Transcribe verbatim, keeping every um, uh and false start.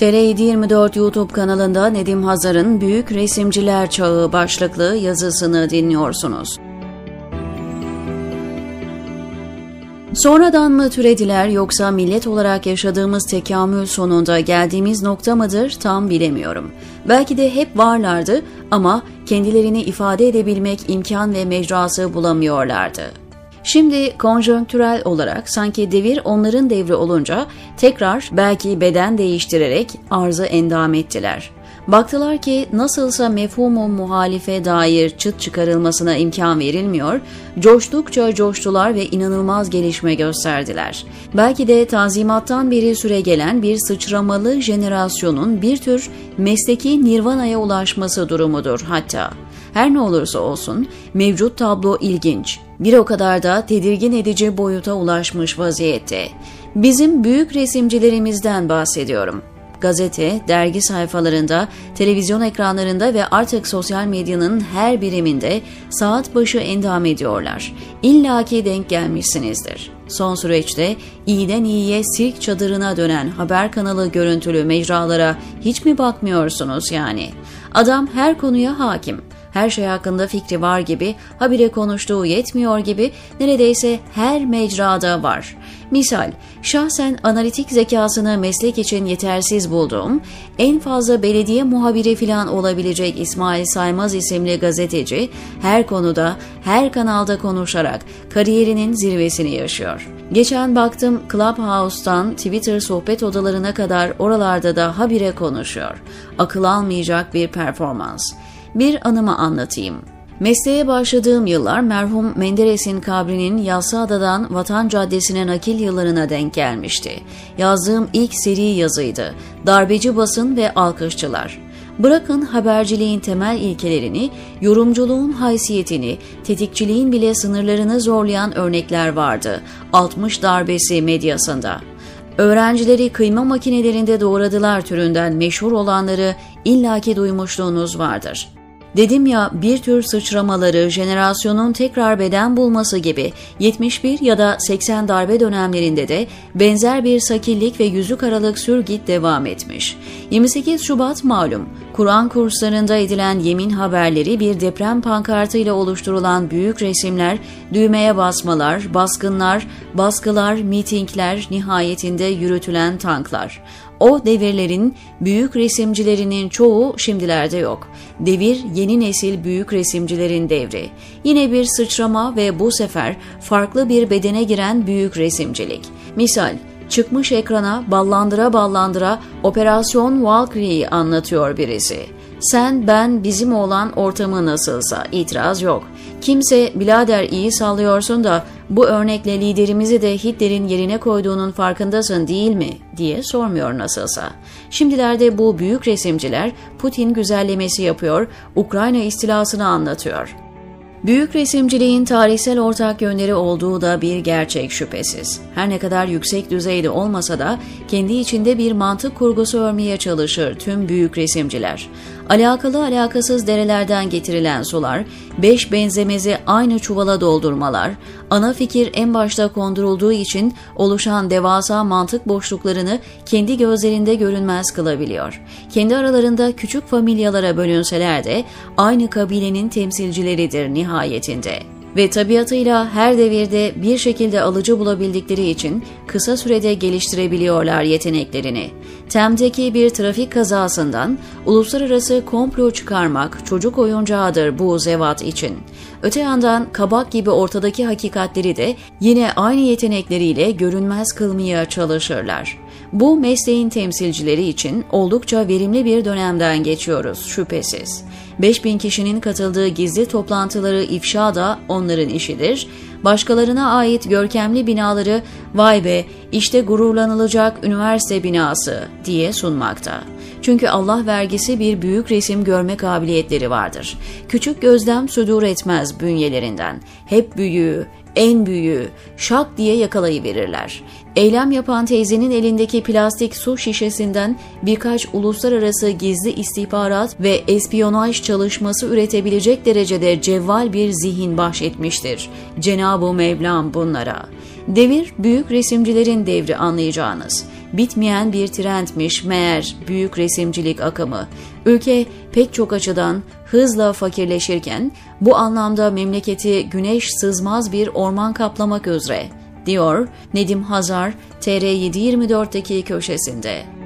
T R yedi yirmi dört YouTube kanalında Nedim Hazar'ın Büyük Resimciler Çağı başlıklı yazısını dinliyorsunuz. Sonradan mı türediler yoksa millet olarak yaşadığımız tekamül sonunda geldiğimiz nokta mıdır tam bilemiyorum. Belki de hep varlardı ama kendilerini ifade edebilmek imkan ve mecrası bulamıyorlardı. Şimdi konjonktürel olarak sanki devir onların devri olunca tekrar belki beden değiştirerek arzı endam ettiler. Baktılar ki nasılsa mefhumu muhalife dair çıt çıkarılmasına imkan verilmiyor, coştukça coştular ve inanılmaz gelişme gösterdiler. Belki de tanzimattan beri süregelen bir sıçramalı jenerasyonun bir tür mesleki nirvanaya ulaşması durumudur hatta. Her ne olursa olsun mevcut tablo ilginç, bir o kadar da tedirgin edici boyuta ulaşmış vaziyette. Bizim büyük resimcilerimizden bahsediyorum. Gazete, dergi sayfalarında, televizyon ekranlarında ve artık sosyal medyanın her biriminde saat başı endam ediyorlar. İlla ki denk gelmişsinizdir. Son süreçte iyiden iyiye sirk çadırına dönen haber kanalı görüntülü mecralara hiç mi bakmıyorsunuz yani? Adam her konuya hakim. Her şey hakkında fikri var gibi, habire konuştuğu yetmiyor gibi neredeyse her mecrada var. Misal, şahsen analitik zekasını meslek için yetersiz bulduğum, en fazla belediye muhabiri falan olabilecek İsmail Saymaz isimli gazeteci, her konuda, her kanalda konuşarak kariyerinin zirvesini yaşıyor. Geçen baktım Clubhouse'tan Twitter sohbet odalarına kadar oralarda da habire konuşuyor. Akıl almayacak bir performans. Bir anımı anlatayım. Mesleğe başladığım yıllar merhum Menderes'in kabrinin Yassıada'dan Vatan Caddesi'ne nakil yıllarına denk gelmişti. Yazdığım ilk seri yazıydı. Darbeci basın ve alkışçılar. Bırakın haberciliğin temel ilkelerini, yorumculuğun haysiyetini, tetikçiliğin bile sınırlarını zorlayan örnekler vardı. altmış darbesi medyasında. Öğrencileri kıyma makinelerinde doğradılar türünden meşhur olanları illaki duymuşluğunuz vardır. Dedim ya, bir tür sıçramaları, jenerasyonun tekrar beden bulması gibi yetmiş bir ya da seksen darbe dönemlerinde de benzer bir sakillik ve yüzük aralık sürgit devam etmiş. yirmi sekiz Şubat malum, Kur'an kurslarında edilen yemin haberleri, bir deprem pankartıyla oluşturulan büyük resimler, düğmeye basmalar, baskınlar, baskılar, mitingler, nihayetinde yürütülen tanklar. O devirlerin büyük resimcilerinin çoğu şimdilerde yok. Devir yeni nesil büyük resimcilerin devri. Yine bir sıçrama ve bu sefer farklı bir bedene giren büyük resimcilik. Misal, çıkmış ekrana ballandıra ballandıra Operasyon Valkyrie'yi anlatıyor birisi. Sen, ben, bizim olan ortamı nasılsa itiraz yok. Kimse birader iyi sallıyorsun da bu örnekle liderimizi de Hitler'in yerine koyduğunun farkındasın değil mi diye sormuyor nasılsa. Şimdilerde bu büyük resimciler Putin güzellemesi yapıyor, Ukrayna istilasını anlatıyor. Büyük resimciliğin tarihsel ortak yönleri olduğu da bir gerçek şüphesiz. Her ne kadar yüksek düzeyde olmasa da kendi içinde bir mantık kurgusu örmeye çalışır tüm büyük resimciler. Alakalı alakasız derelerden getirilen sular, beş benzemezi aynı çuvala doldurmalar, ana fikir en başta kondurulduğu için oluşan devasa mantık boşluklarını kendi gözlerinde görünmez kılabiliyor. Kendi aralarında küçük familyalara bölünseler de aynı kabilenin temsilcileridir nihayetinde. Ve tabiatıyla her devirde bir şekilde alıcı bulabildikleri için kısa sürede geliştirebiliyorlar yeteneklerini. Tem'deki bir trafik kazasından uluslararası komplo çıkarmak çocuk oyuncağıdır bu zevat için. Öte yandan kabak gibi ortadaki hakikatleri de yine aynı yetenekleriyle görünmez kılmaya çalışırlar. Bu mesleğin temsilcileri için oldukça verimli bir dönemden geçiyoruz şüphesiz. beş bin kişinin katıldığı gizli toplantıları ifşa da onların işidir. Başkalarına ait görkemli binaları vay be işte gururlanılacak üniversite binası diye sunmakta. Çünkü Allah vergisi bir büyük resim görme kabiliyetleri vardır. Küçük gözlem sudur etmez bünyelerinden. Hep büyüğü, en büyüğü, şak diye yakalayıverirler. Eylem yapan teyzenin elindeki plastik su şişesinden birkaç uluslararası gizli istihbarat ve espiyonaj çalışması üretebilecek derecede cevval bir zihin bahşetmiştir Cenab-ı Mevlam bunlara. Devir büyük resimcilerin devri anlayacağınız. bitmeyen bir trendmiş meğer büyük resimcilik akımı. Ülke pek çok açıdan hızla fakirleşirken bu anlamda memleketi güneş sızmaz bir orman kaplamak üzere, diyor Nedim Hazar T R yedi yirmi dörtteki köşesinde.